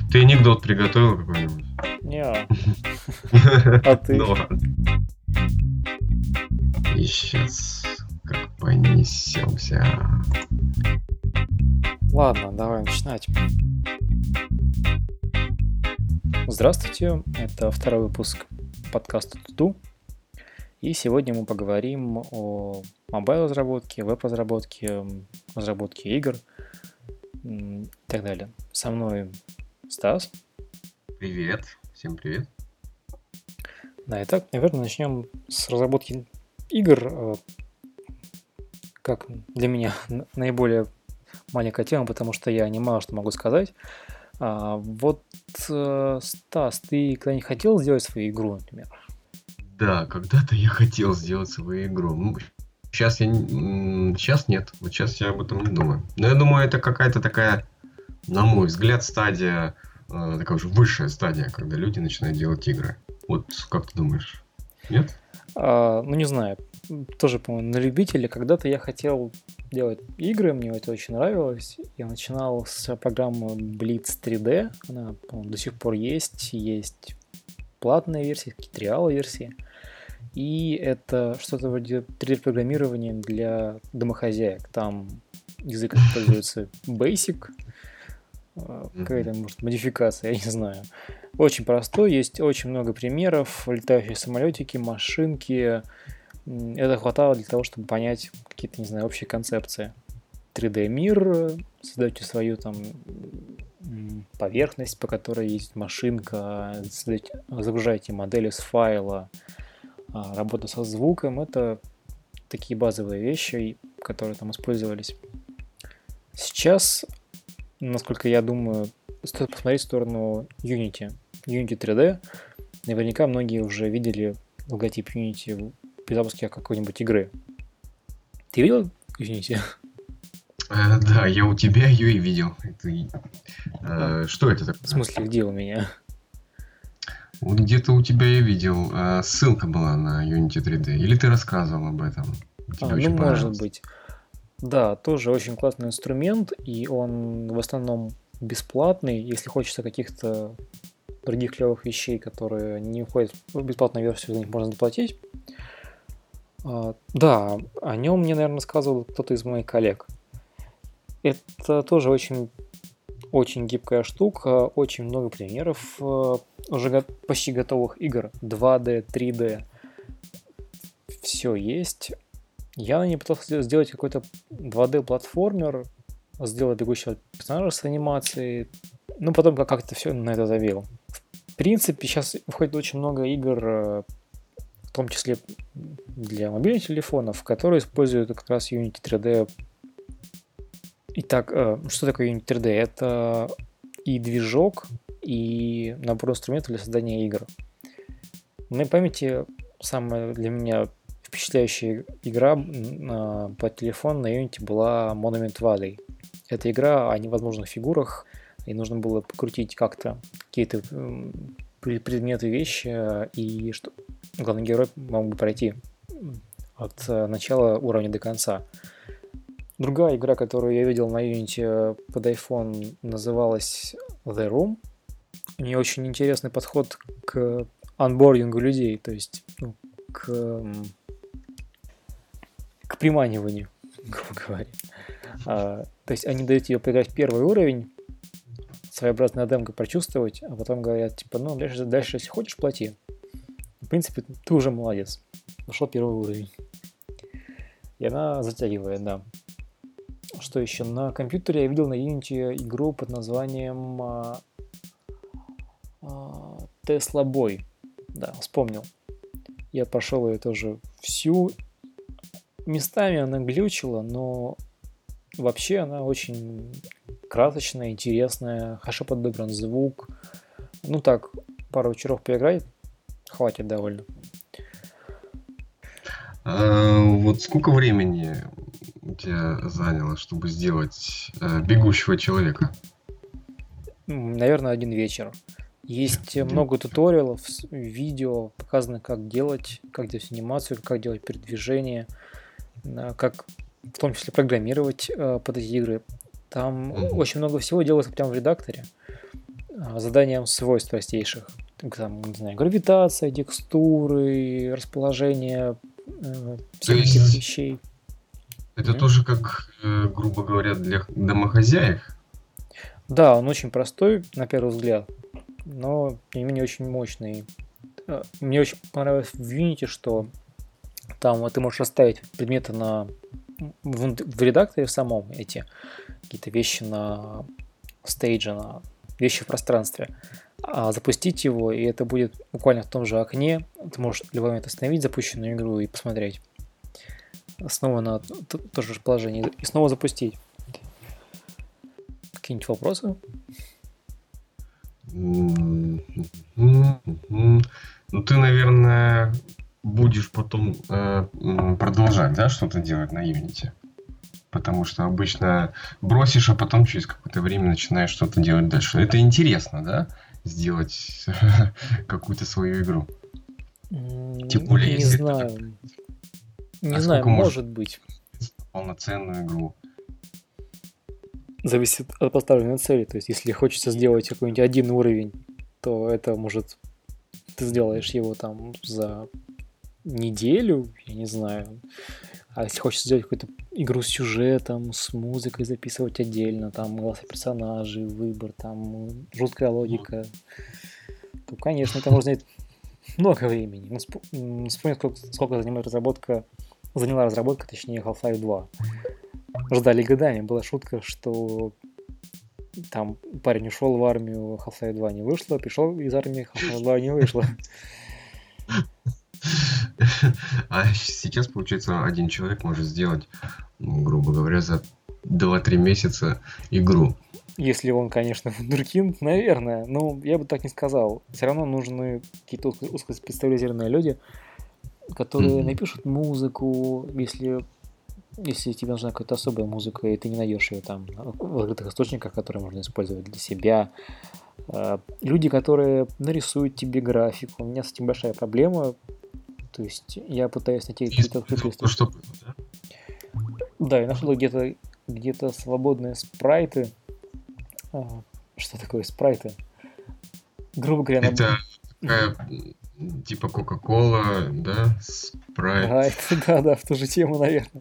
Ты анекдот приготовил какой-нибудь? Не, а ты? Ну ладно. И сейчас как понесемся. Ладно, давай начинать. Здравствуйте, это второй выпуск подкаста Туду. И сегодня мы поговорим о мобайл-разработке, веб-разработке, разработке игр и так далее. Со мной Стас. Привет, всем привет. Да, итак, наверное, начнем с разработки игр, как для меня наиболее маленькая тема, потому что я не мало что могу сказать. Стас, ты когда-нибудь хотел сделать свою игру, например? Да, когда-то я хотел сделать свою игру. Сейчас нет. Вот сейчас я об этом не думаю. Но я думаю, это какая-то такая, на мой взгляд, стадия, такая уже высшая стадия, когда люди начинают делать игры. Вот как ты думаешь? Нет? Не знаю. Тоже, по-моему, на любителя. Когда-то я хотел делать игры, мне это очень нравилось. Я начинал с программы Blitz 3D. Она, по-моему, до сих пор есть. Есть платная версия, какие-то реал-версии. И это что-то вроде 3D-программирования для домохозяек. Там язык используется Basic, какая-то, может, модификация, я не знаю. Очень простой, есть очень много примеров, летающие самолетики, машинки. Это хватало для того, чтобы понять какие-то, не знаю, общие концепции. 3D-мир, создаете свою там поверхность, по которой есть машинка, загружаете модели с файла, работа со звуком. Это такие базовые вещи, которые там использовались. Сейчас, насколько я думаю, стоит посмотреть в сторону Unity 3D. Наверняка многие уже видели логотип Unity при запуске какой-нибудь игры. Ты видел Unity? Да, я у тебя ее и видел. Что это такое? В смысле, где у меня? Вот где-то у тебя я видел. Ссылка была на Unity 3D. Или ты рассказывал об этом? Может быть. Да, тоже очень классный инструмент, и он в основном бесплатный. Если хочется каких-то других клевых вещей, которые не входят в бесплатную версию, за них можно заплатить. Да, о нем мне, наверное, рассказывал кто-то из моих коллег. Это тоже очень гибкая штука, очень много примеров уже почти готовых игр, 2D, 3D, все есть. Я на ней пытался сделать какой-то 2D-платформер, сделать бегущего персонажа с анимацией, но потом как-то все на это завел. В принципе, сейчас выходит очень много игр, в том числе для мобильных телефонов, которые используют как раз Unity 3D. Итак, что такое Unity 3D? Это и движок, и набор инструментов для создания игр. В моей памяти самая для меня впечатляющая игра по телефону на Unity была Monument Valley. Это игра о невозможных фигурах, и нужно было покрутить как-то какие-то предметы, вещи, и что главный герой мог бы пройти от начала уровня до конца. Другая игра, которую я видел на Unity под iPhone, называлась The Room. У нее очень интересный подход к анбордингу людей, то есть к приманиванию, грубо говоря. То есть они дают тебе поиграть в первый уровень, своеобразная демка прочувствовать, а потом говорят, типа, дальше если хочешь, плати. В принципе, ты уже молодец. Нашел первый уровень. И она затягивает, да. Что еще? На компьютере я видел на Unity игру под названием Tesla Boy. Да, вспомнил. Я прошел ее тоже всю. Местами она глючила, но вообще она очень красочная, интересная, хорошо подобран звук. Так, пару вечеров поиграть, хватит довольно. Вот сколько времени у тебя заняло, чтобы сделать бегущего человека? Наверное, один вечер. Есть много туториалов, видео, показано, как делать анимацию, как делать передвижение, как в том числе программировать под эти игры. Там очень много всего делается прямо в редакторе. заданием свойств простейших. Там, не знаю, гравитация, текстуры, расположение То всех этих есть вещей. это тоже как, грубо говоря, для домохозяек? Да, он очень простой, на первый взгляд, но, тем не менее, очень мощный. Мне очень понравилось в Unity, что там ты можешь расставить предметы в редакторе в самом, эти какие-то вещи на стейдже, на вещи в пространстве, а запустить его, и это будет буквально в том же окне. Ты можешь в любой момент остановить запущенную игру и посмотреть снова на то же положение и снова запустить. Какие-нибудь вопросы? Ну, ты, наверное, будешь потом продолжать, да, что-то делать на Unity? Потому что обычно бросишь, а потом через какое-то время начинаешь что-то делать дальше. Это интересно, да? Сделать какую-то свою игру. Тем более, Не если знаю. Не А знаю, сколько может быть. полноценную игру? Зависит от поставленной цели. То есть, если хочется сделать какой-нибудь один уровень, то это может ты сделаешь его там за неделю, я не знаю. А если хочешь сделать какую-то игру с сюжетом, с музыкой записывать отдельно, там голоса персонажей, выбор, там жуткая логика, то, конечно, это можно занять много времени. Вспомни, сколько заняла разработка, точнее, Half-Life 2. Ждали годами. Была шутка, что там парень ушел в армию, Half-Life 2 не вышло, пришел из армии, Half-Life 2 не вышло. А сейчас, получается, один человек может сделать, грубо говоря, за 2-3 месяца игру. Если он, конечно, вундеркинд, наверное. Но я бы так не сказал. Все равно нужны какие-то узкоспециализированные люди, которые напишут музыку, если тебе нужна какая-то особая музыка, и ты не найдешь ее там в открытых источниках, которые можно использовать для себя. Люди, которые нарисуют тебе графику. У меня с этим большая проблема. То есть я пытаюсь найти какие-то открытые источники. Да, я нашел где-то свободные спрайты. Что такое спрайты? Грубо говоря, это типа Кока-Кола, да? Спрайт. Да, в ту же тему, наверное.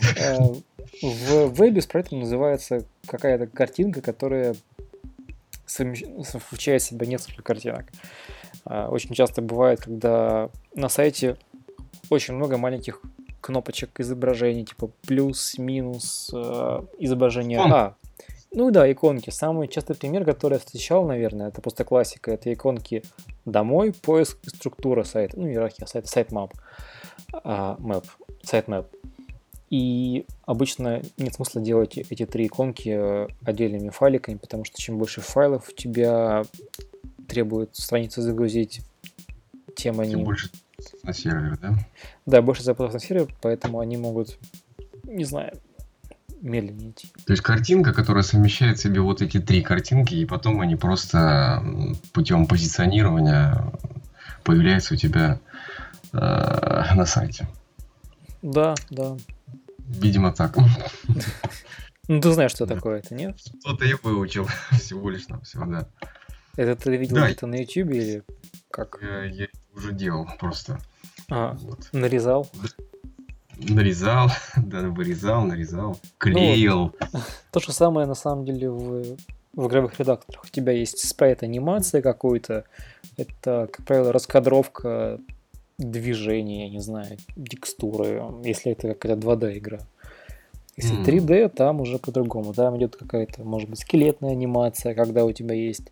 В вебе спрайтом называется какая-то картинка, которая совмещает в себя несколько картинок. Очень часто бывает, когда на сайте очень много маленьких кнопочек изображений, типа плюс, минус, изображение Ну да, иконки. Самый частый пример, который я встречал, наверное, это просто классика. Это иконки домой, поиск и структура сайта. Ну, иерархия сайта, сайт-мап. Сайт-мэп. И обычно нет смысла делать эти три иконки отдельными файликами, потому что чем больше файлов у тебя требует страницу загрузить, тем они... Тем больше на сервер, да? Да, больше запросов на сервер, поэтому они могут, не знаю, медленнее идти. То есть картинка, которая совмещает в себе вот эти три картинки, и потом они просто путем позиционирования появляются у тебя на сайте. Да. Видимо, так. Ну, ты знаешь, что такое это, нет? Что-то я выучил всего лишь навсего, да. Это ты видел где-то на YouTube или как? Я это уже делал просто. Нарезал? Нарезал, да, вырезал, клеил. Ну, то же самое на самом деле в игровых редакторах. У тебя есть спрайт анимации какой-то. Это, как правило, раскадровка движения, я не знаю, текстуры, если это какая-то 2D игра. Если 3D, там уже по-другому. Там идет какая-то, может быть, скелетная анимация, когда у тебя есть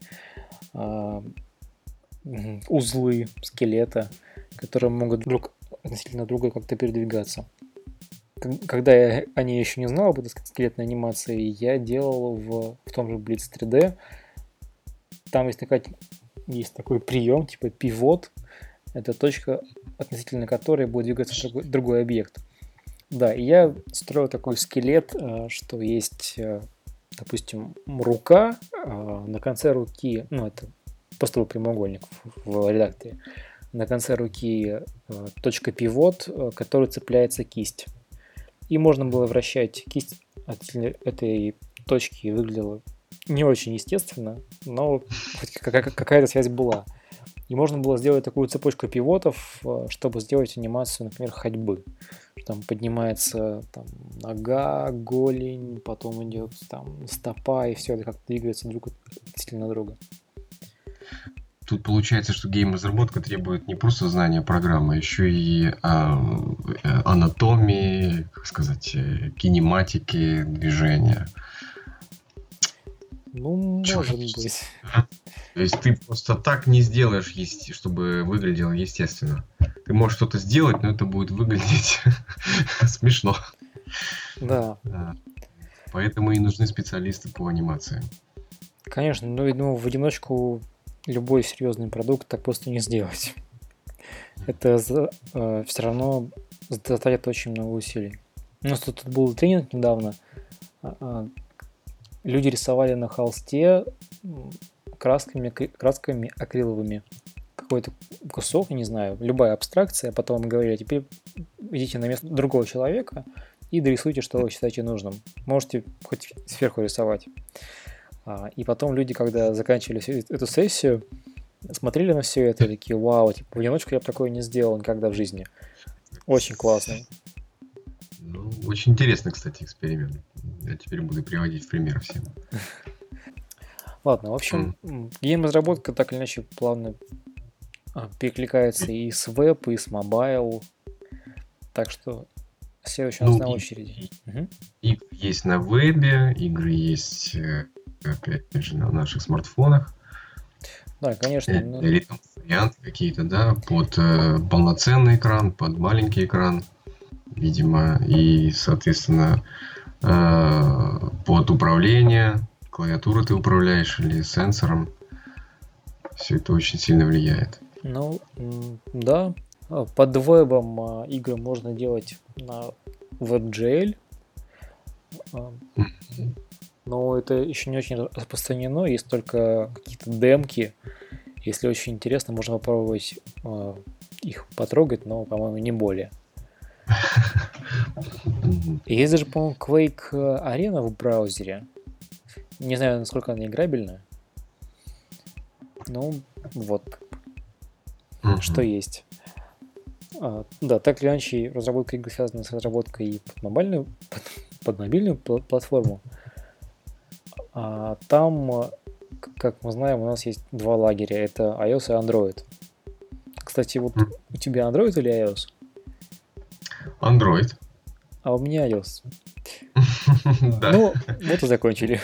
узлы скелета, которые могут друг относительно друга как-то передвигаться. Когда я о ней еще не знал об этой скелетной анимации, я делал в том же Blitz 3D. Там есть такой прием, типа пивот. Это точка, относительно которой будет двигаться другой объект. Да, и я строил такой скелет, что есть, допустим, рука, на конце руки, ну, это просто был прямоугольник в редакторе, на конце руки точка пивот, который цепляется кисть. И можно было вращать кисть от этой точки, выглядела не очень естественно, но хоть какая-то связь была. И можно было сделать такую цепочку пивотов, чтобы сделать анимацию, например, ходьбы. Там поднимается там, нога, голень, потом идет там стопа, и все это как-то двигается друг относительно друга. Тут получается, что гейм-разработка требует не просто знания программы, а еще и анатомии, как сказать, кинематики движения. Ну, может быть. То есть ты просто так не сделаешь, чтобы выглядело естественно. Ты можешь что-то сделать, но это будет выглядеть смешно. Да. Поэтому и нужны специалисты по анимации. Конечно, но в одиночку любой серьезный продукт так просто не сделать. Это все равно затратит очень много усилий. У нас тут был тренинг недавно. Люди рисовали на холсте красками акриловыми какой-то кусок, не знаю, любая абстракция, потом мы говорили, теперь идите на место другого человека и дорисуйте, что вы считаете нужным. Можете хоть сверху рисовать. И потом люди, когда заканчивали эту сессию, смотрели на все это и такие, вау, типа, в одиночку я бы такое не сделал никогда в жизни. Очень классно. Ну, очень интересный, кстати, эксперимент. Я теперь буду приводить в пример всем. Ладно, в общем, гейм-разработка так или иначе плавно перекликается и с веб, и с мобайл. Так что следующий у нас на очереди. Игры есть на вебе, игры есть, опять же, на наших смартфонах. Да, конечно. Или там варианты какие-то, да, под полноценный экран, под маленький экран, видимо, и, соответственно, под управление, клавиатуру ты управляешь или сенсором. Все это очень сильно влияет. Ну, да. Под вебом игры можно делать на WebGL. Но это еще не очень распространено. Есть только какие-то демки. Если очень интересно, можно попробовать их потрогать, но, по-моему, не более. Есть даже, по-моему, Quake Arena в браузере. Не знаю, насколько она играбельна. Ну, вот. Что есть. Да, так или иначе, разработка игр связана с разработкой и под мобильную платформу. Там, как мы знаем, у нас есть два лагеря. Это iOS и Android. Кстати, вот у тебя Android или iOS? Android. А у меня iOS. Да. Ну, вот и закончили.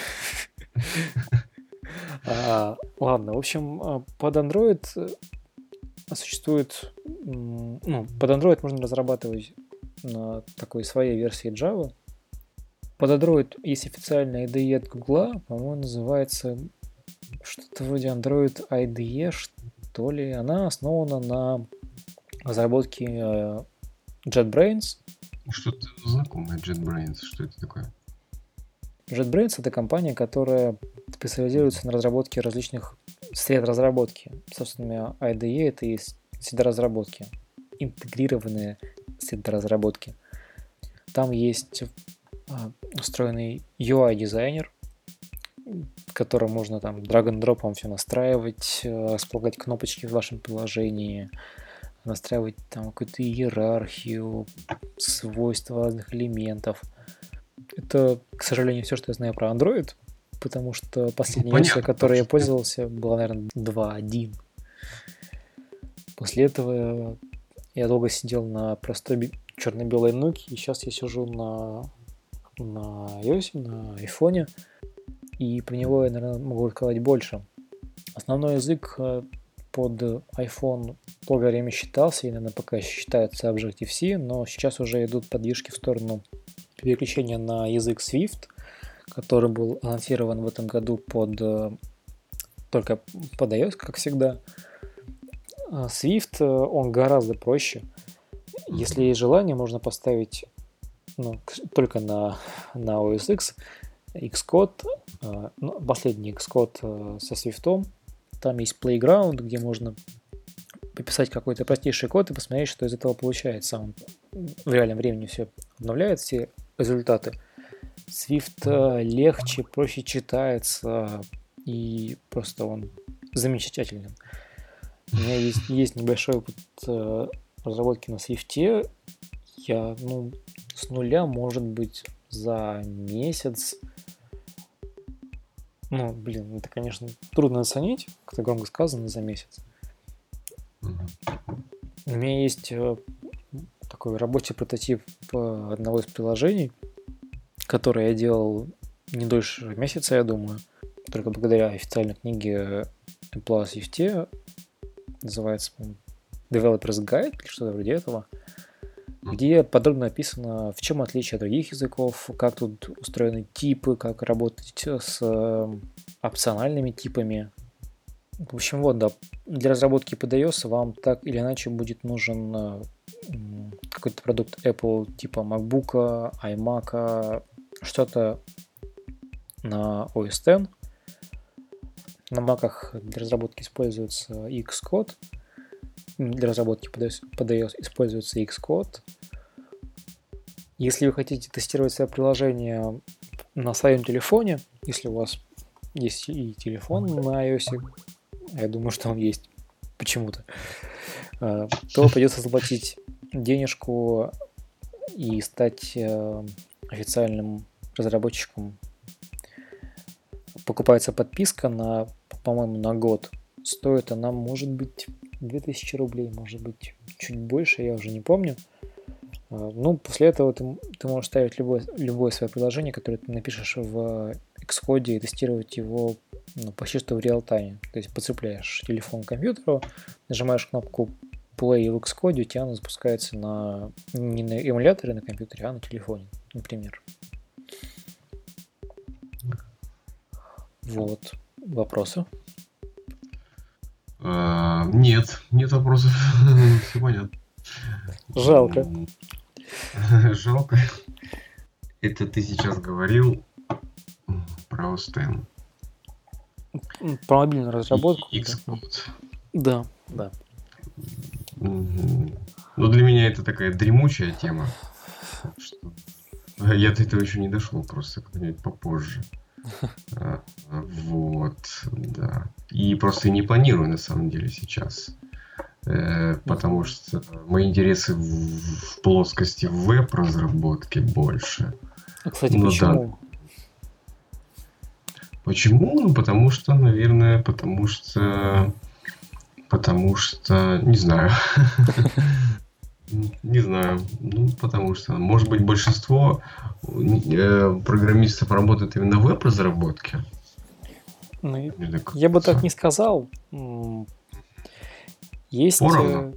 Ладно, в общем, под Android существует... Ну, под Android можно разрабатывать на такой своей версии Java. Под Android есть официальная IDE от Google, по-моему, называется что-то вроде Android IDE, что ли. Она основана на разработке JetBrains. Что-то знакомое JetBrains, что это такое? JetBrains — это компания, которая специализируется на разработке различных сред разработки. Собственно, IDE — это и среда разработки, интегрированные среды разработки. Там есть встроенный UI-дизайнер, в котором можно там drag-and-drop'ом все настраивать, располагать кнопочки в вашем приложении, настраивать там какую-то иерархию, свойства разных элементов. Это, к сожалению, все, что я знаю про Android, потому что последняя версия, которой я пользовался, была, наверное, 2.1. После этого я долго сидел на простой черно-белой нуке, и сейчас я сижу на iOS, на iPhone, и про него я, наверное, могу рассказать больше. Основной язык под iPhone долгое время считался, и, наверное, пока считается Objective-C, но сейчас уже идут подвижки в сторону переключения на язык Swift, который был анонсирован в этом году только под iOS, как всегда. Swift, он гораздо проще. Если есть желание, можно поставить только на OS X Xcode, последний Xcode со Swift. Там есть Playground, где можно пописать какой-то простейший код и посмотреть, что из этого получается. Он в реальном времени все обновляет, все результаты. Swift легче, проще читается, и просто он замечателен. У меня есть небольшой опыт разработки на Swift. Я, с нуля, может быть, за месяц. Это, конечно, трудно оценить, как-то громко сказано, за месяц. У меня есть такой рабочий прототип одного из приложений, которое я делал не дольше месяца, я думаю. Только благодаря официальной книге Apple о Swift, называется Developer's Guide или что-то вроде этого, где подробно описано, в чем отличие от других языков, как тут устроены типы, как работать с опциональными типами. В общем, для разработки под iOS вам так или иначе будет нужен какой-то продукт Apple типа MacBook, iMac, что-то на OS X. На Mac'ах для разработки используется Xcode. Для разработки под iOS используется Xcode. Если вы хотите тестировать свое приложение на своем телефоне, если у вас есть и телефон на iOS, я думаю, что он есть почему-то, то придется заплатить денежку и стать официальным разработчиком. Покупается подписка по-моему, на год. Стоит она, может быть, 2000 рублей, может быть, чуть больше, я уже не помню. После этого ты можешь ставить любое свое приложение, которое ты напишешь в Xcode, и тестировать его почти что в реал-тайме. То есть подцепляешь телефон к компьютеру, нажимаешь кнопку Play в Xcode, у тебя оно запускается не на эмуляторе на компьютере, а на телефоне, например. Вот. Вопросы? Нет вопросов. Все понятно. Жалко. Жалко. Это ты сейчас говорил про OS X. Про мобильную разработку. Xcode. Да. Для меня это такая дремучая тема. Я до этого еще не дошел, просто как-нибудь попозже. Да. И просто не планирую на самом деле сейчас. Потому что мои интересы в плоскости веб-разработки больше. Кстати, почему? Да. Почему? Потому что, не знаю. Не знаю. Потому что, может быть, большинство программистов работают именно в веб-разработке. Я бы так не сказал. Есть... Поровну.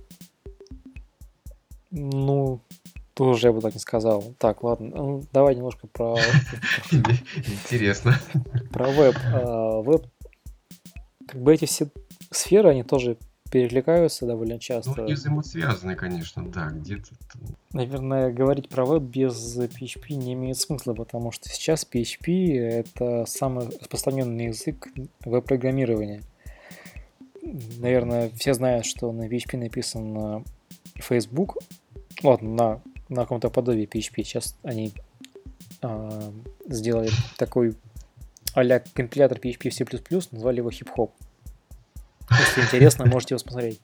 Тоже я бы так не сказал. Так, ладно. Давай немножко про... Интересно. Про веб. Веб... эти все сферы, они тоже перекликаются довольно часто. Они взаимосвязаны, конечно, да, где-то. Наверное, говорить про веб без PHP не имеет смысла, потому что сейчас PHP — это самый распространенный язык веб-программирования. Наверное, все знают, что на PHP написан Facebook. Ладно, на каком-то подобии PHP. Сейчас они сделали такой а-ля компилятор PHP в C++, назвали его Hip-Hop. Если интересно, можете его посмотреть.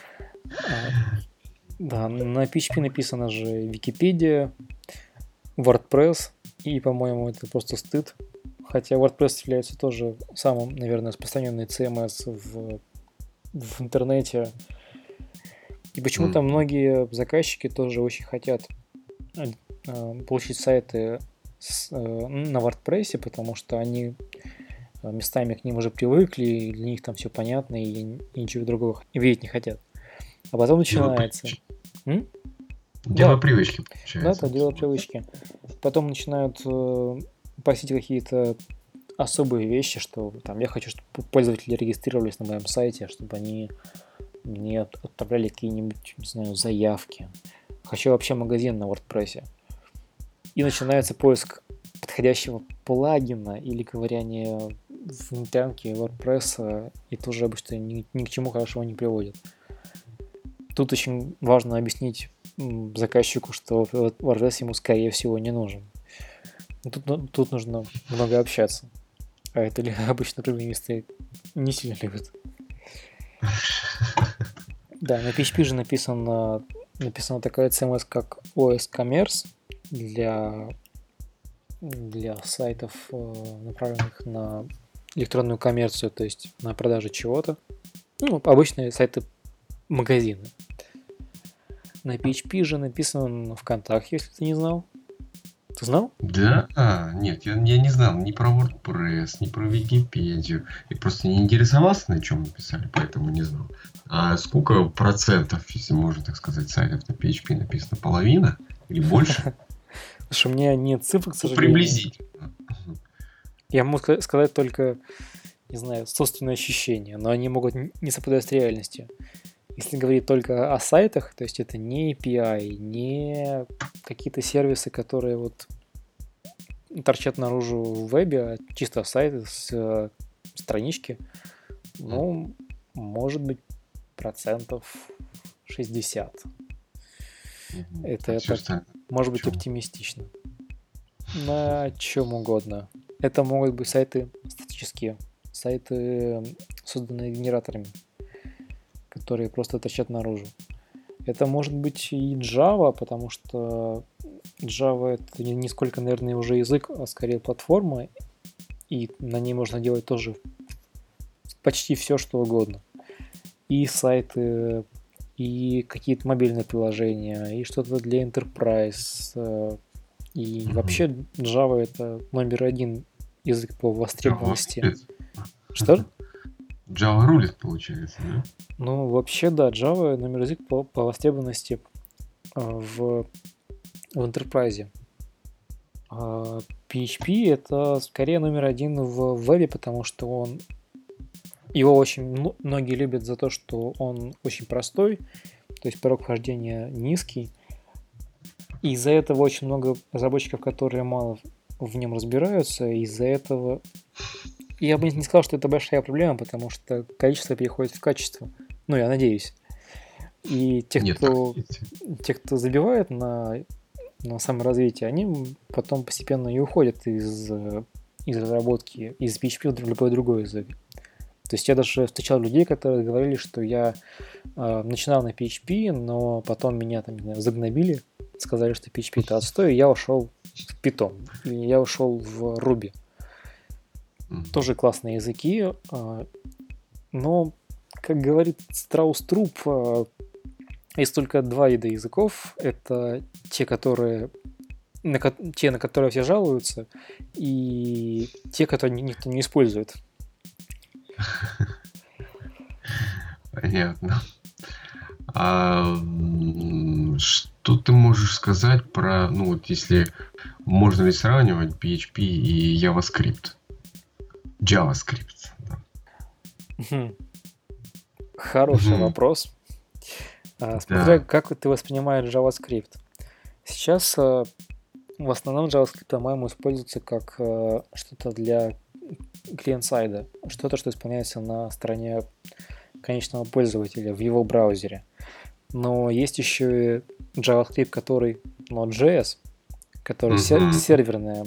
Да, на PHP написано же Википедия, WordPress, и, по-моему, это просто стыд. Хотя WordPress является тоже самым, наверное, распространенный CMS в интернете. И почему-то многие заказчики тоже очень хотят получить сайты на WordPress, потому что они местами к ним уже привыкли, и для них там все понятно, и ничего другого видеть не хотят. А потом начинается... Дело привычки, получается. Да, дело привычки. Потом начинают просить какие-то особые вещи, что там я хочу, чтобы пользователи регистрировались на моем сайте, чтобы они мне отправляли какие-нибудь, не знаю, заявки. Хочу вообще магазин на WordPress. И начинается поиск подходящего плагина или ковыряние в внутрянке WordPress, и тоже обычно ни к чему хорошему не приводит. Тут очень важно объяснить заказчику, что WordPress ему, скорее всего, не нужен. Тут нужно много общаться. А это обычно программисты не сильно любят. Да, на PHP же написана такая CMS, как OS Commerce для сайтов, направленных на электронную коммерцию, то есть на продажу чего-то. Ну, обычные сайты-магазины. На PHP же написан ВКонтакте, если ты не знал. Ты знал? Да? Нет, я не знал ни про WordPress, ни про Википедию. Я просто не интересовался, на чем написали, поэтому не знал. А сколько процентов, если можно так сказать, сайтов на PHP написано? Половина? Или больше? Потому что у меня нет цифр, к Ну, сожалению. приблизительно. Я могу сказать только, не знаю, собственные ощущения, но они могут не совпадать с реальностью. Если говорить только о сайтах, то есть это не API, не какие-то сервисы, которые вот торчат наружу в вебе, а чисто сайты с странички, ну, может быть, процентов 60. Это может быть оптимистично. На чем угодно. Это могут быть сайты статические, сайты, созданные генераторами, которые просто торчат наружу. Это может быть и Java, потому что Java это не сколько, наверное, уже язык, а скорее платформа, и на ней можно делать тоже почти все, что угодно. И сайты, и какие-то мобильные приложения, и что-то для Enterprise. И вообще Java это номер один язык по востребованности. Что? Java рулит, получается, да? Ну, вообще, да, Java номер язык по востребованности в Enterprise. PHP это скорее номер один в вебе, потому что его очень многие любят за то, что он очень простой, то есть порог вхождения низкий. И из-за этого очень много разработчиков, которые мало в нем разбираются, из-за этого я бы не сказал, что это большая проблема, потому что количество переходит в качество. Ну, я надеюсь. И те, кто забивает на саморазвитие, они потом постепенно и уходят из разработки, из PHP в любой другой язык. То есть я даже встречал людей, которые говорили, что я начинал на PHP, но потом меня там, не знаю, загнобили, сказали, что PHP это отстой, и я ушел в Python, и я ушел в Ruby. Тоже классные языки, но, как говорит Страус Труп, есть только два вида языков. Это те, на которые все жалуются, и те, которые никто не использует. Понятно. Что ты можешь сказать про, ну вот если можно ли сравнивать PHP и JavaScript? JavaScript. Да. Хороший вопрос. Смотря как ты воспринимаешь JavaScript. Сейчас в основном JavaScript, по-моему, используется как что-то для клиент-сайда. Что-то, что исполняется на стороне конечного пользователя в его браузере. Но есть еще и JavaScript, который Node.js, который серверная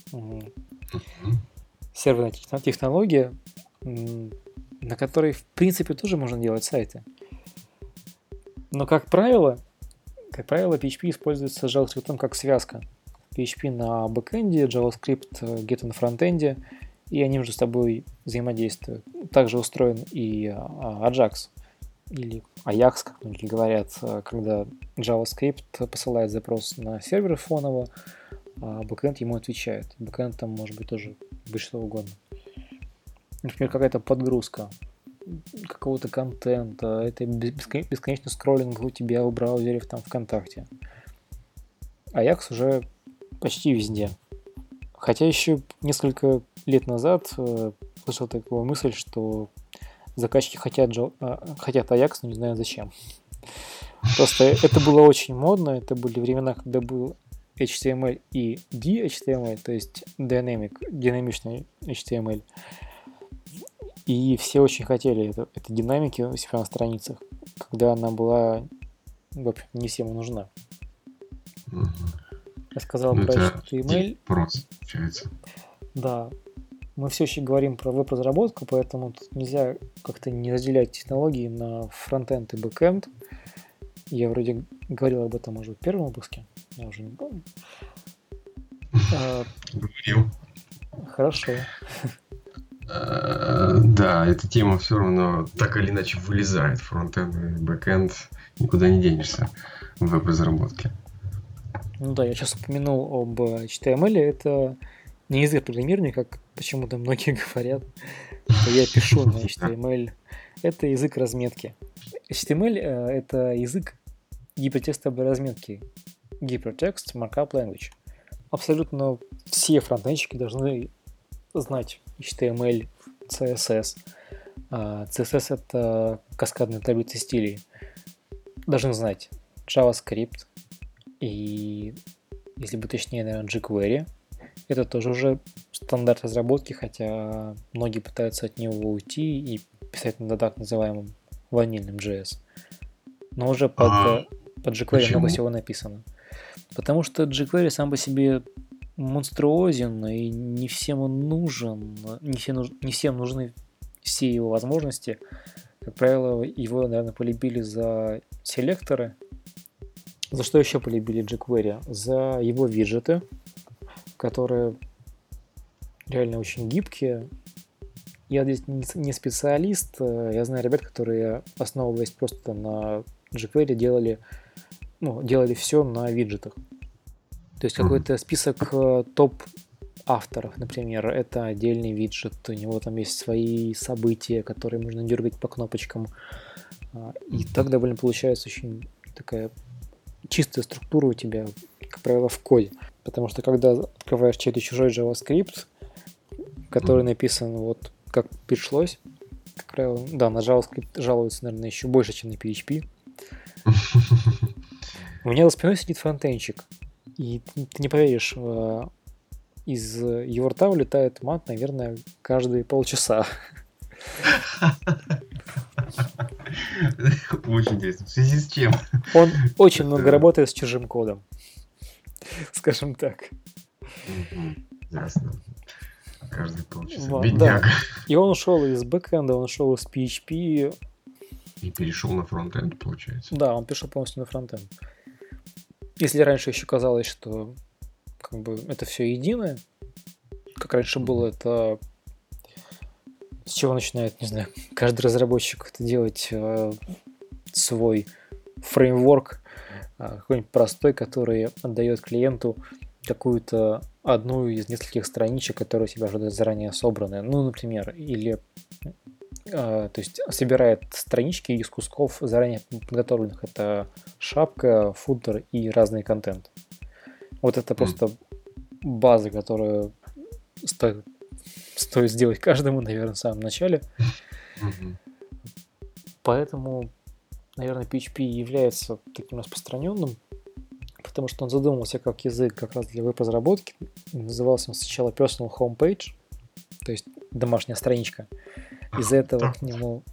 технология, на которой, в принципе, тоже можно делать сайты. Но, как правило, PHP используется JavaScript как связка. PHP на бэкэнде, JavaScript где-то на фронтенде, и они между собой взаимодействуют. Также устроен и Ajax, или Ajax, как многие говорят, когда JavaScript посылает запрос на сервер фоново, а бэкэнд ему отвечает. Бэкэнд там может быть тоже быть что угодно. Например, какая-то подгрузка какого-то контента, это бесконечный скроллинг у тебя в браузере там ВКонтакте. Ajax уже почти везде. Хотя еще несколько лет назад слышал такую мысль, что заказчики хотят Ajax, но не знаю зачем. Просто это было очень модно, это были времена, когда был HTML и DHTML, то есть динамичный HTML. И все очень хотели этой динамики у себя на страницах, когда она была, в общем, не всем нужна. рассказал Ну, про это HTML. просто получается. Да, мы все еще говорим про веб-разработку, поэтому тут нельзя как-то не разделять технологии на фронтенд и бэкенд. Я вроде говорил об этом уже в первом выпуске, я уже не помню. Говорил. Хорошо. Да, эта тема все равно так или иначе вылезает. Фронтенд и бэкенд, никуда не денешься в веб-разработке. Ну да, я сейчас упомянул об HTML. Это не язык программирования, как почему-то многие говорят, что я пишу на HTML. Это язык разметки. HTML — это язык гипертекстовой разметки. Hypertext Markup Language. Абсолютно все фронтенщики должны знать HTML, CSS. CSS — это каскадная таблица стилей. Должны знать JavaScript и, если быть точнее, наверное, jQuery. Это тоже уже стандарт разработки, хотя многие пытаются от него уйти и писать на так называемом ванильном JS. Но уже под jQuery почему? много всего написано. Потому что jQuery сам по себе монструозен и не всем он нужен, не всем нужны все его возможности. Как правило, его, наверное, полюбили за селекторы. За что еще полюбили jQuery? За его виджеты, которые реально очень гибкие. Я здесь не специалист, я знаю ребят, которые, основываясь просто на jQuery, делали все на виджетах. То есть какой-то список топ авторов, например, это отдельный виджет, у него там есть свои события, которые можно дергать по кнопочкам. И так довольно получается очень такая чистая структура у тебя, как правило, в коде. Потому что когда открываешь чей-то чужой JavaScript, который написан вот как пришлось, как правило, да, на JavaScript жалуются, наверное, еще больше, чем на PHP. У меня за спиной сидит фронтенщик, и ты не поверишь, из его рта улетает мат, наверное, каждые полчаса. Очень интересно. В связи с чем? Он очень много работает с чужим кодом, скажем так. Ясно. Каждые полчаса. Вот, Бедняга. да. И он ушел из бэкэнда, он ушел из PHP. И перешел на фронтенд, получается. Да, он перешел полностью на фронтенд. Если раньше еще казалось, что как бы это все единое, как раньше было, это с чего начинает, не знаю, каждый разработчик это делать свой фреймворк, какой-нибудь простой, который отдает клиенту какую-то одну из нескольких страничек, которые у тебя уже заранее собраны. Ну, например, или то есть собирает странички из кусков заранее подготовленных. Это шапка, футер и разный контент. Вот это просто база, которую стоит сделать каждому, наверное, в самом начале. Поэтому, наверное, PHP является таким распространенным, потому что он задумывался как язык как раз для веб-разработки. Назывался он сначала Personal Homepage, то есть домашняя страничка. Из-за этого к нему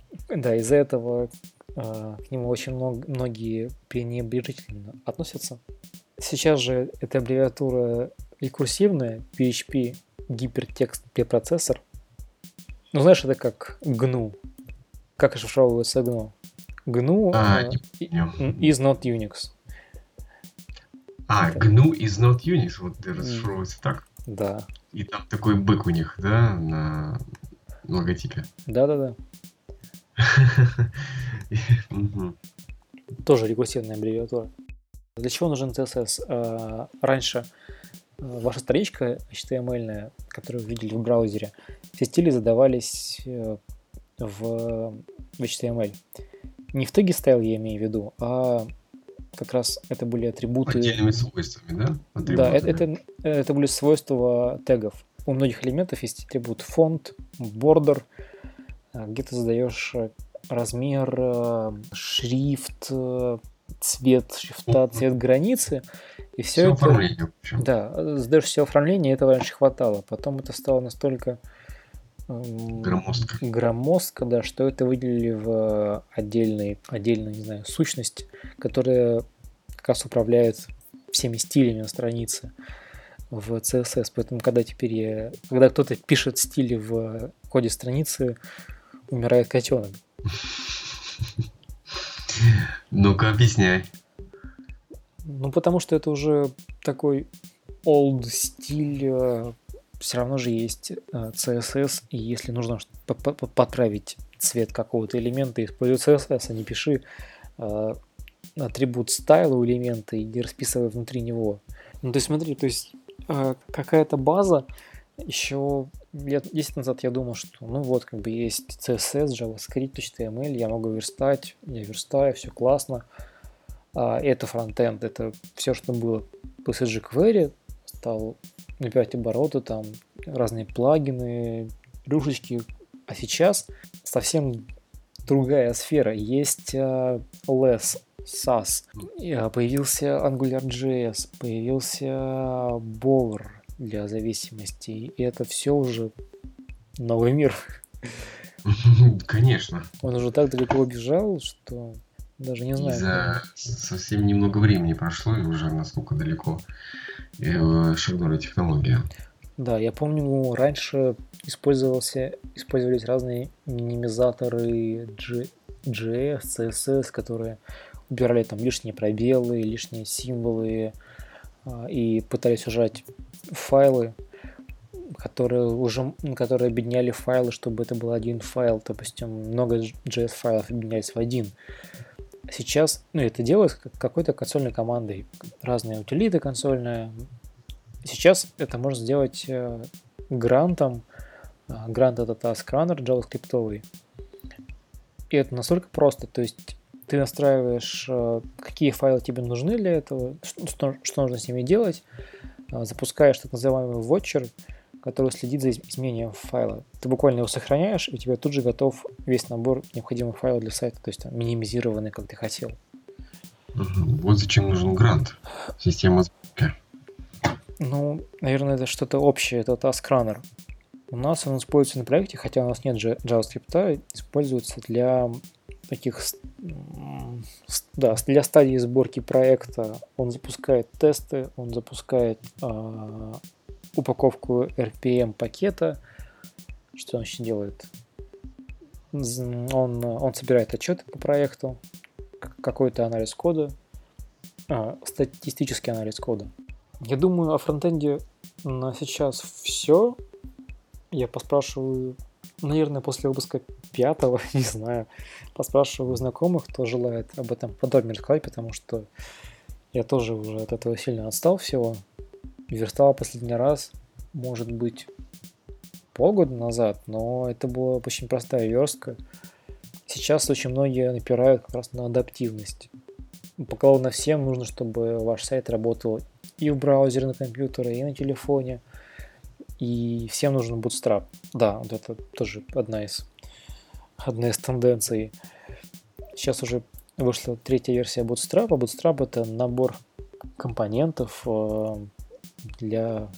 очень многие пренебрежительно относятся. Сейчас же эта аббревиатура рекурсивная, PHP гипертекст препроцессор. Ну, знаешь, это как GNU. Как расшифровывается GNU? GNU is not Unix. GNU is not Unix. Вот расшифровывается так. Да. И там такой бык у них, да, на логотипе. Да. Тоже рекурсивная аббревиатура. Для чего нужен CSS? Раньше ваша страничка HTML, которую вы видели в браузере, все стили задавались в HTML. Не в теге стайл, я имею в виду, а как раз это были атрибуты... Отдельными свойствами, да? Да, это были свойства тегов. У многих элементов есть атрибут фонд, border, где ты задаешь размер, шрифт, цвет шрифта, цвет границы. И все это... оформление. Да, задаешь все оформление, этого раньше хватало. Потом это стало настолько громоздко, да, что это выделили в отдельную, не знаю, сущность, которая как раз управляет всеми стилями на странице в CSS. Поэтому, когда кто-то пишет стили в коде страницы, умирает котенок. Ну-ка, объясняй. Ну, потому что это уже такой old стиль. Все равно же есть CSS, и если нужно подправить цвет какого-то элемента, используй CSS, а не пиши атрибут стайла у элемента и не расписывай внутри него. Ну, то есть смотри, какая-то база, еще лет 10 назад я думал, что ну вот, как бы есть CSS, JavaScript, HTML, я могу верстать, я верстаю, все классно. Это фронтенд, это все, что было. После jQuery стал набирать обороты, там разные плагины, плюшечки. А сейчас совсем другая сфера. Есть LESS, SAS, появился AngularJS, появился Bower для зависимостей. И это все уже новый мир. Конечно. Он уже так далеко убежал, что даже не знаю. Совсем немного времени прошло, и уже настолько далеко шагнули технологии. Да, я помню, раньше использовались разные минимизаторы JS, CSS, которые убирали там лишние пробелы, лишние символы и пытались ужать файлы, которые объединяли файлы, чтобы это был один файл. Допустим, много JS-файлов объединялись в один. Сейчас, это делают какой-то консольной командой. Разные утилиты консольные. Сейчас это можно сделать грантом. Грант — это task-runner JavaScript. И это настолько просто. То есть ты настраиваешь, какие файлы тебе нужны для этого, что нужно с ними делать, запускаешь так называемый watcher, который следит за изменением файла. Ты буквально его сохраняешь, и у тебя тут же готов весь набор необходимых файлов для сайта, то есть там минимизированный, как ты хотел. Вот зачем нужен грант. Система сборки. Ну, наверное, это что-то общее, это task-runner. У нас он используется на проекте, хотя у нас нет JavaScript, используется для таких, для стадии сборки проекта. Он запускает тесты, он запускает упаковку RPM пакета. Что он еще делает? Он собирает отчеты по проекту, какой-то анализ кода, статистический анализ кода. Я думаю, о фронтенде на сейчас все. Я поспрашиваю, наверное, после выпуска 5, не знаю, поспрашиваю знакомых, кто желает об этом подробнее рассказать, потому что я тоже уже от этого сильно отстал всего. Верстал последний раз, может быть, полгода назад, но это была очень простая верстка. Сейчас очень многие напирают как раз на адаптивность. Поголовно всем нужно, чтобы ваш сайт работал и в браузере на компьютере, и на телефоне. И всем нужен Bootstrap. Да, вот это тоже одна из тенденций. Сейчас уже вышла 3-я версия Bootstrap. Bootstrap — это набор компонентов для...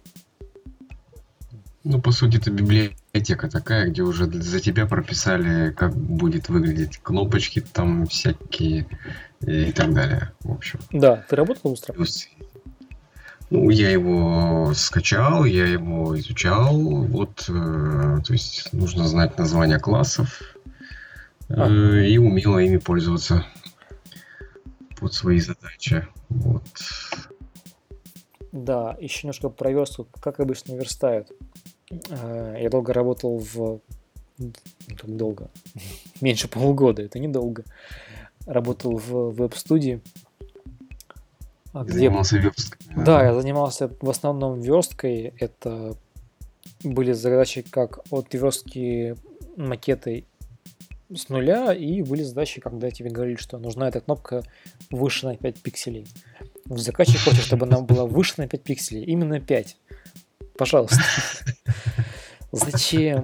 Ну, по сути, это библиотека такая, где уже за тебя прописали, как будет выглядеть кнопочки там всякие и так далее. В общем. Да, ты работал в Bootstrap? Ну, я его скачал, я его изучал. Вот, то есть нужно знать названия классов и умело ими пользоваться под свои задачи. Вот. Да, еще немножко про верстку, как обычно верстают. Я долго работал долго. Меньше полугода, это недолго. Работал в веб-студии. Занимался версткой. Да, я занимался в основном версткой. Это были задачи как от верстки макеты с нуля, и были задачи, когда тебе говорили, что нужна эта кнопка выше на 5 пикселей. Заказчик хочет, чтобы она была выше на 5 пикселей. Именно 5. Пожалуйста. Зачем?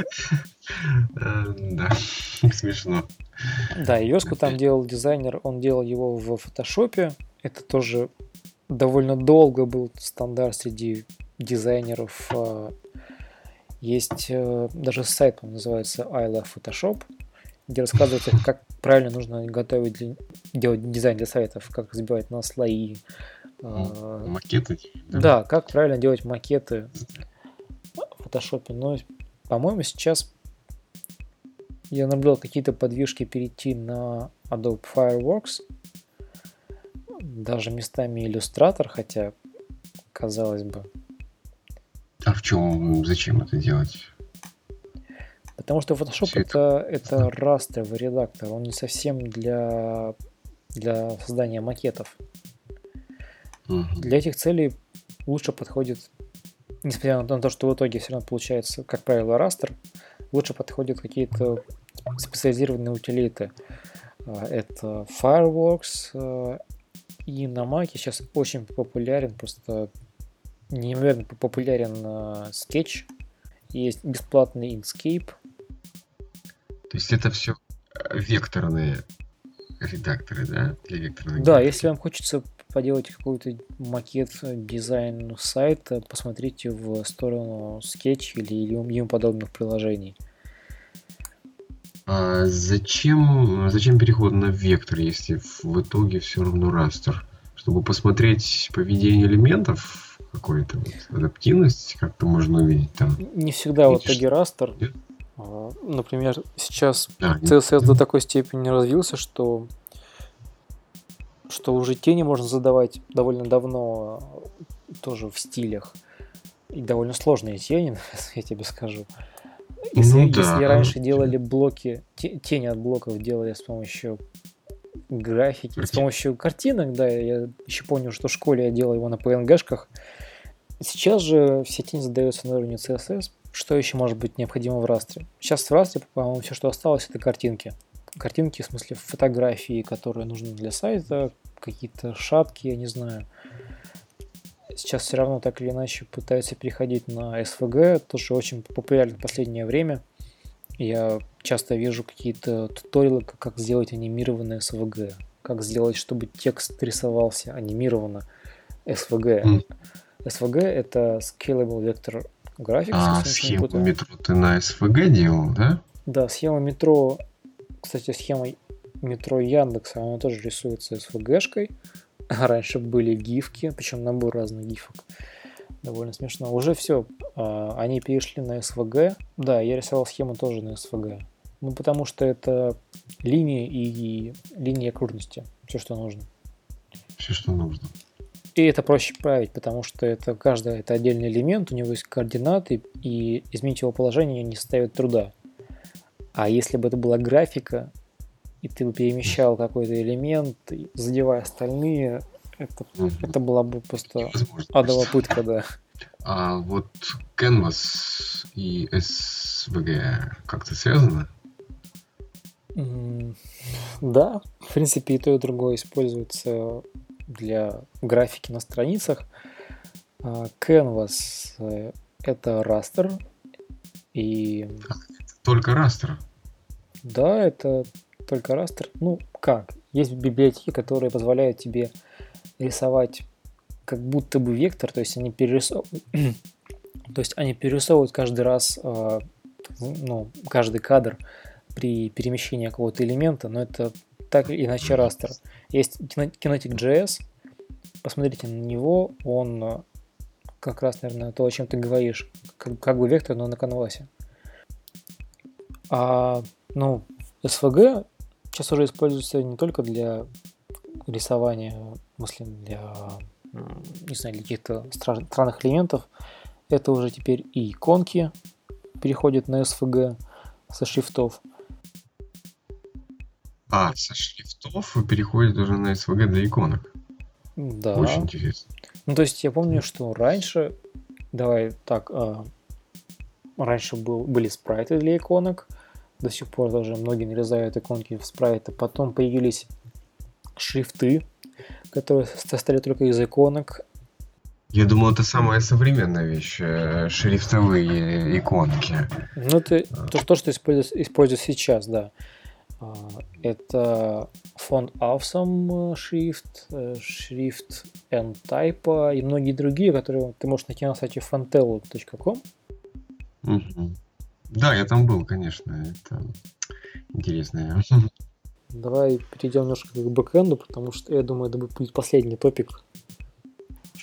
Да, смешно. Да, и верстку там делал дизайнер, он делал его в фотошопе. Это тоже довольно долго был стандарт среди дизайнеров. Есть даже сайт, он называется I Love Photoshop, где рассказывается, как правильно нужно делать дизайн для сайтов, как разбивать на слои, Макеты, да? Да, как правильно делать макеты в фотошопе. Но, по-моему, сейчас я наблюдал какие-то подвижки перейти на Adobe Fireworks, даже местами Illustrator, хотя, казалось бы. А в чем, зачем это делать? Потому что Photoshop Всё это растровый редактор, он не совсем для создания макетов. Мгм. Для этих целей лучше подходит, несмотря на то, что в итоге все равно получается, как правило, растер, лучше подходят какие-то специализированные утилиты. Это Fireworks, и на Mac сейчас очень популярен, просто неимоверно популярен Sketch. Есть бесплатный Inkscape. То есть это все векторные редакторы, да? Для векторной Да, графики. если вам хочется поделать какой-то макет, дизайн сайта, посмотрите в сторону Sketch или ему подобных приложений. А зачем переход на вектор, если в итоге все равно растер? Чтобы посмотреть поведение элементов, какую-то вот адаптивность, как-то можно увидеть там. Не всегда в Видишь, итоге растер. нет? Например, сейчас Да, CSS до такой степени развился, что уже тени можно задавать довольно давно, тоже в стилях. И довольно сложные тени, я тебе скажу. Если раньше делали блоки, тени от блоков делали с помощью графики, с помощью картинок, да, я еще помню, что в школе я делал его на PNG-шках. Сейчас же все тени задаются на уровне CSS. Что еще может быть необходимо в растре? Сейчас в растре, по-моему, все, что осталось, это картинки. Картинки, в смысле фотографии, которые нужны для сайта, какие-то шапки, я не знаю. Сейчас все равно так или иначе пытаются переходить на SVG, тоже очень популярно в последнее время. Я часто вижу какие-то туториалы, как сделать анимированное SVG, как сделать, чтобы текст рисовался анимированно SVG. SVG — это Scalable Vector Graphics. А схему метро ты на SVG делал, да? Да, схема метро, кстати, схема метро Яндекса, она тоже рисуется SVG-шкой. Раньше были гифки, причем набор разных гифок. Довольно смешно. Уже все, они перешли на SVG. Да, я рисовал схему тоже на SVG. Ну, потому что это линии и линии окружности. Все, что нужно. Все, что нужно. И это проще править, потому что это каждый это отдельный элемент, у него есть координаты, и изменить его положение не составит труда. А если бы это была графика, и ты бы перемещал какой-то элемент, задевая остальные, это была бы просто адовая пытка, да. А вот Canvas и SVG как-то связаны? Да, в принципе, и то, и другое используется для графики на страницах. Canvas — это растер. И... Только растер? Да, это только растер. Ну, как? Есть библиотеки, которые позволяют тебе рисовать как будто бы вектор, то есть они перерисовывают каждый раз, каждый кадр при перемещении какого-то элемента, но это так или иначе растер. Есть Kinetic.js, посмотрите на него, он как раз, наверное, то, о чем ты говоришь, как бы вектор, но на канвасе. SVG сейчас уже используется не только для рисования, в смысле для, не знаю, для каких-то странных элементов. Это уже теперь и иконки переходят на SVG со шрифтов. Со шрифтов переходит уже на SVG для иконок. Да. Очень интересно. Ну, то есть я помню, что раньше, раньше были спрайты для иконок, до сих пор даже многие нарезают иконки в спрайты. Потом появились шрифты, которые состояли только из иконок. Я думал, это самая современная вещь, шрифтовые иконки. Ну, это то, что используют сейчас, да. Это фонд Awesome шрифт, шрифт N-Type и многие другие, которые ты можешь найти на сайте fontelo.com. Угу. Да, я там был, конечно, это интересно. Давай перейдем немножко к бэкэнду, потому что я думаю, это будет последний топик.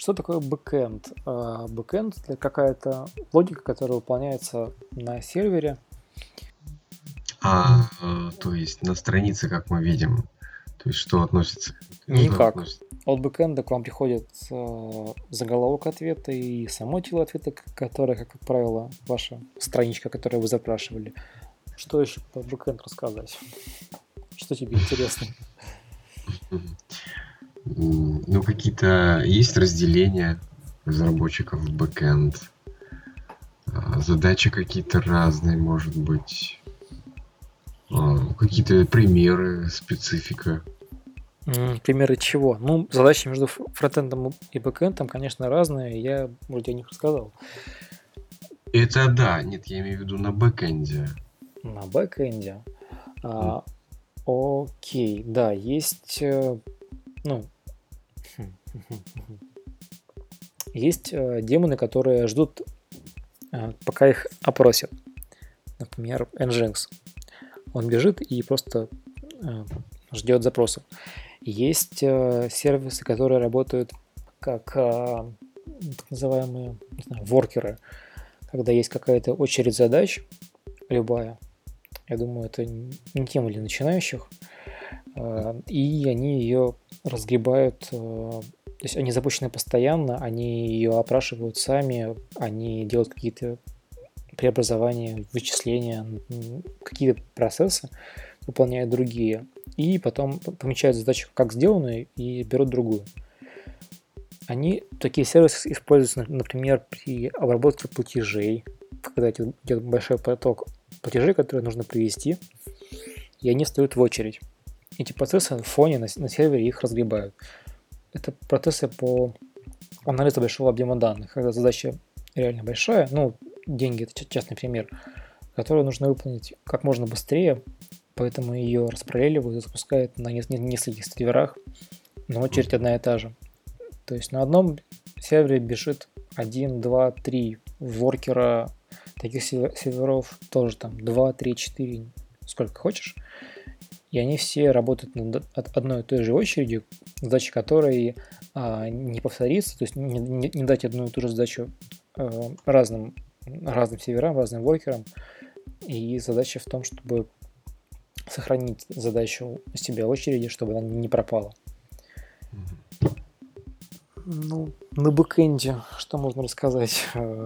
что такое бэкэнд? Бэкэнд — это какая-то логика, которая выполняется на сервере. То есть на странице, как мы видим, то есть что относится? Никак. От бэкэнда к вам приходит заголовок ответа и само тело ответа, которое, как правило, ваша страничка, которую вы запрашивали. Что еще про бэкэнд рассказать? Что тебе интересно? Ну, какие-то есть разделения разработчиков в бэкэнд. Задачи какие-то разные, может быть. Какие-то примеры, специфика. Примеры чего? Ну, задачи между фронтендом и бэкэндом, конечно, разные. Я вроде о них рассказал. Это да. Нет, я имею в виду на бэкэнде. На бэкэнде? Окей, да, есть... Есть демоны, которые ждут, пока их опросят. Например, Nginx. Он бежит и просто ждет запросов. Есть сервисы, которые работают как так называемые, не знаю, воркеры, когда есть какая-то очередь задач, любая. Я думаю, это не тема для начинающих. И они ее разгребают. То есть они запущены постоянно, они ее опрашивают сами, они делают какие-то преобразования, вычисления, какие-то процессы, выполняют другие. И потом помечают задачу как сделанную и берут другую. Такие сервисы используются, например, при обработке платежей, когда идет большой поток платежей, которые нужно привести, и они встают в очередь. Эти процессы в фоне на сервере их разгребают. Это процессы по анализу большого объема данных, когда задача реально большая, деньги — это частный пример, которую нужно выполнить как можно быстрее, поэтому ее распараллеливают и запускают на нескольких серверах, но очередь одна и та же. То есть на одном сервере бежит 1, 2, 3 воркера, таких серверов тоже там 2, 3, 4, сколько хочешь. И они все работают над одной и той же очередью, задача которой не повторится, то есть не дать одну и ту же задачу разным серверам, разным воркерам. И задача в том, чтобы сохранить задачу у себя в очереди, чтобы она не пропала. На бэкэнде что можно рассказать?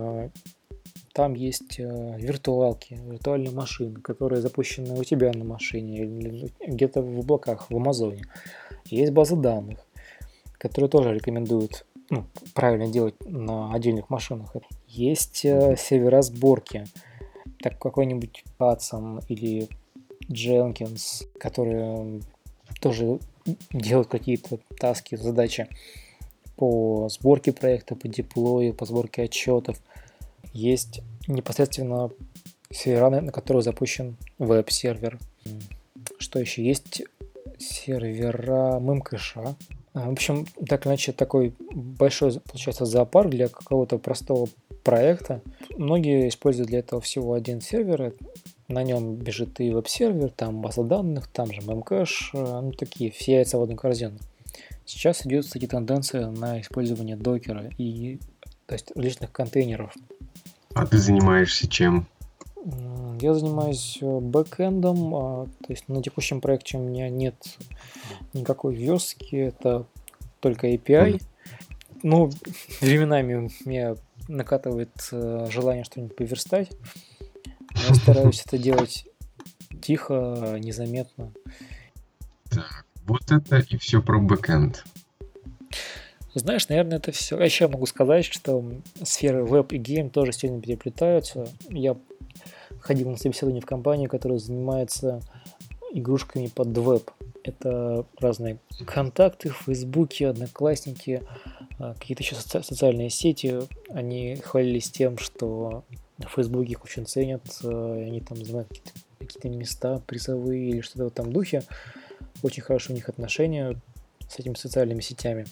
Там есть виртуалки, виртуальные машины, которые запущены у тебя на машине или где-то в облаках, в Амазоне. Есть базы данных, которые тоже рекомендуют правильно делать на отдельных машинах. Есть сервера сборки, так какой-нибудь Hudson или Jenkins, которые тоже делают какие-то таски, задачи по сборке проекта, по деплою, по сборке отчетов. Есть непосредственно сервера, на которые запущен веб-сервер. Что еще? Есть сервера мемкэша. В общем, так иначе такой большой, получается, зоопарк для какого-то простого проекта. Многие используют для этого всего один сервер. На нем бежит и веб-сервер, там база данных, там же мемкэш. Такие, все яйца в одну корзину. Сейчас идет, кстати, тенденция на использование докера и, то есть, различных контейнеров. А ты занимаешься чем? Я занимаюсь бэкэндом, то есть на текущем проекте у меня нет никакой верстки, это только API. Временами меня накатывает желание что-нибудь поверстать. Я стараюсь это делать тихо, незаметно. Так, вот это и все про бэкэнд. Знаешь, наверное, это все. А еще могу сказать, что сферы веб и гейм тоже сильно переплетаются. Я ходил на собеседование в компанию, которая занимается игрушками под веб. Это разные контакты в Фейсбуке, Одноклассники, какие-то еще социальные сети. Они хвалились тем, что на Фейсбуке их очень ценят, они там занимают какие-то места призовые или что-то в этом духе. Очень хорошие у них отношения с этими социальными сетями.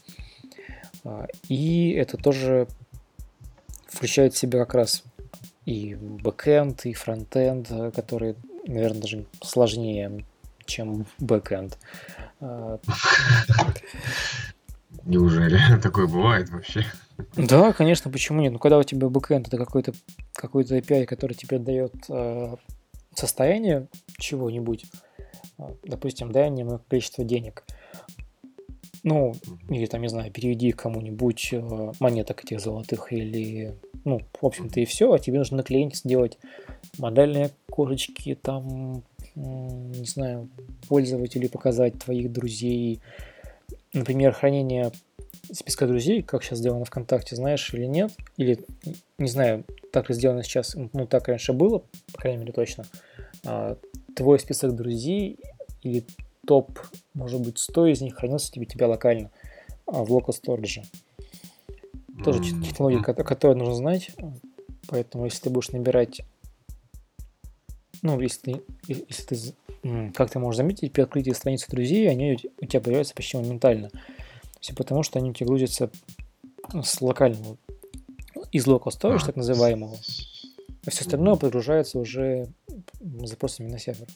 И это тоже включает в себя как раз и бэкэнд, и фронтенд, которые, наверное, даже сложнее, чем бэкэнд. Неужели такое бывает вообще? Да, конечно, почему нет? Ну, когда у тебя бэкэнд это какой-то API, который тебе дает состояние чего-нибудь, допустим, дай мне мое количество денег, ну, или там, не знаю, переведи кому-нибудь монеток этих золотых, или, ну, в общем-то и все, а тебе нужно на клиенте сделать модельные окошечки, там, не знаю, пользователю показать твоих друзей, например, хранение списка друзей, как сейчас сделано ВКонтакте, знаешь или нет, или, не знаю, так ли сделано сейчас, ну, так раньше было, по крайней мере, точно, твой список друзей или топ, может быть, 100 из них хранился тебе тебя локально в local storage. Тоже технология, которую нужно знать, поэтому если ты будешь набирать, ну, если ты как ты можешь заметить, при открытии страницы друзей, они у тебя появляются почти моментально. Все потому, что они у тебя грузятся с локального, из local storage, так называемого, а все остальное прогружается уже запросами на сервер.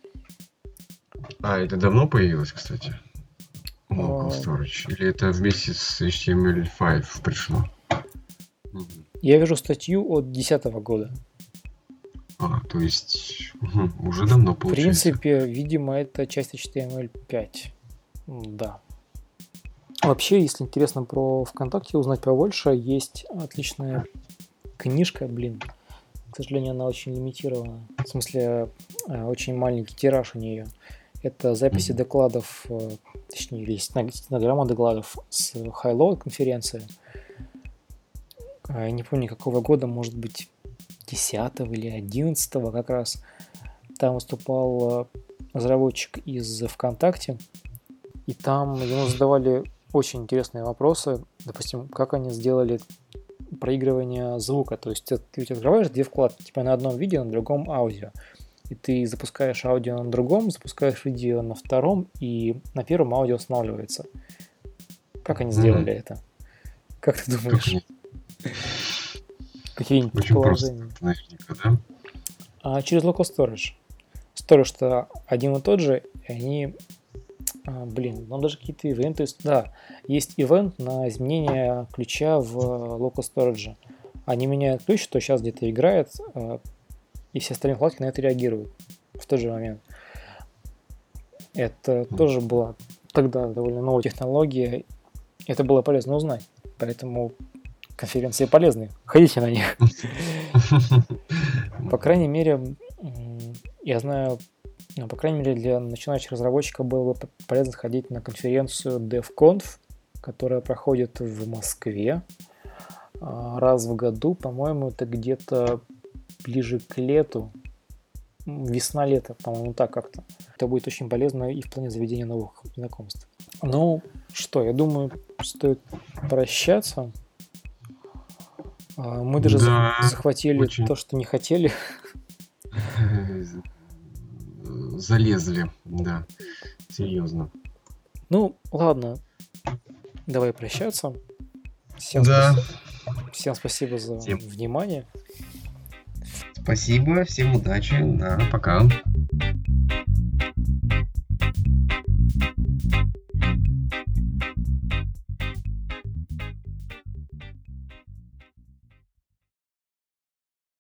А, это давно появилось, кстати? Local storage? Или это вместе с HTML5 пришло? Я вижу статью от 2010 года. То есть уже давно получается. В принципе, видимо, это часть HTML5. Да. Вообще, если интересно про ВКонтакте узнать побольше, есть отличная книжка, к сожалению, она очень лимитирована. В смысле, очень маленький тираж у нее. Это записи докладов, точнее, или стенограмма докладов с High-Load конференции. Я не помню, какого года, может быть, 10 или 11 как раз. Там выступал разработчик из ВКонтакте, и там ему задавали очень интересные вопросы. Допустим, как они сделали проигрывание звука. То есть ты открываешь две вкладки, типа на одном видео, на другом аудио. И ты запускаешь аудио на другом, запускаешь видео на втором, и на первом аудио останавливается. Как они сделали это? Как ты думаешь? Какие-нибудь предположения? Наверняка, да? Через local storage. Storage-то один и тот же, и они... там даже какие-то ивенты... Да, есть ивент на изменение ключа в local storage. Они меняют ключ, то сейчас где-то играет, и все остальные вкладки на это реагируют в тот же момент. Это тоже была тогда довольно новая технология. Это было полезно узнать. Поэтому конференции полезны. Ходите на них. По крайней мере, я знаю, по крайней мере, для начинающих разработчиков было бы полезно ходить на конференцию DevConf, которая проходит в Москве раз в году. По-моему, это где-то ближе к лету. Весна-лето, по-моему, так как-то. Это будет очень полезно и в плане заведения новых знакомств. Ну, что, я думаю, стоит прощаться. Мы даже захватили очень... то, что не хотели. Залезли, да. Серьезно. Ну, ладно. Давай прощаться. Всем спасибо за внимание. Спасибо, всем удачи. Да, пока.